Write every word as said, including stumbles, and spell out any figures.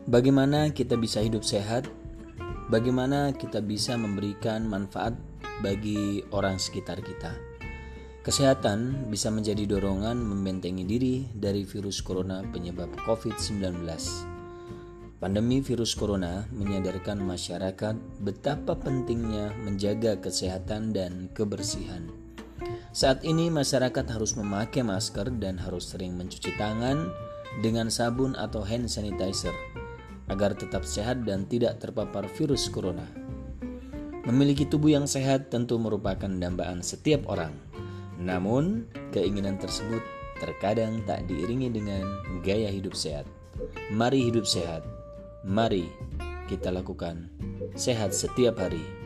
Bagaimana kita bisa hidup sehat? Bagaimana kita bisa memberikan manfaat bagi orang sekitar kita? Kesehatan bisa menjadi dorongan membentengi diri dari virus corona penyebab covid sembilan belas. Pandemi virus corona menyadarkan masyarakat betapa pentingnya menjaga kesehatan dan kebersihan. Saat ini masyarakat harus memakai masker dan harus sering mencuci tangan dengan sabun atau hand sanitizer agar tetap sehat dan tidak terpapar virus corona. Memiliki tubuh yang sehat tentu merupakan dambaan setiap orang. Namun, keinginan tersebut terkadang tak diiringi dengan gaya hidup sehat. Mari hidup sehat. Mari kita lakukan sehat setiap hari.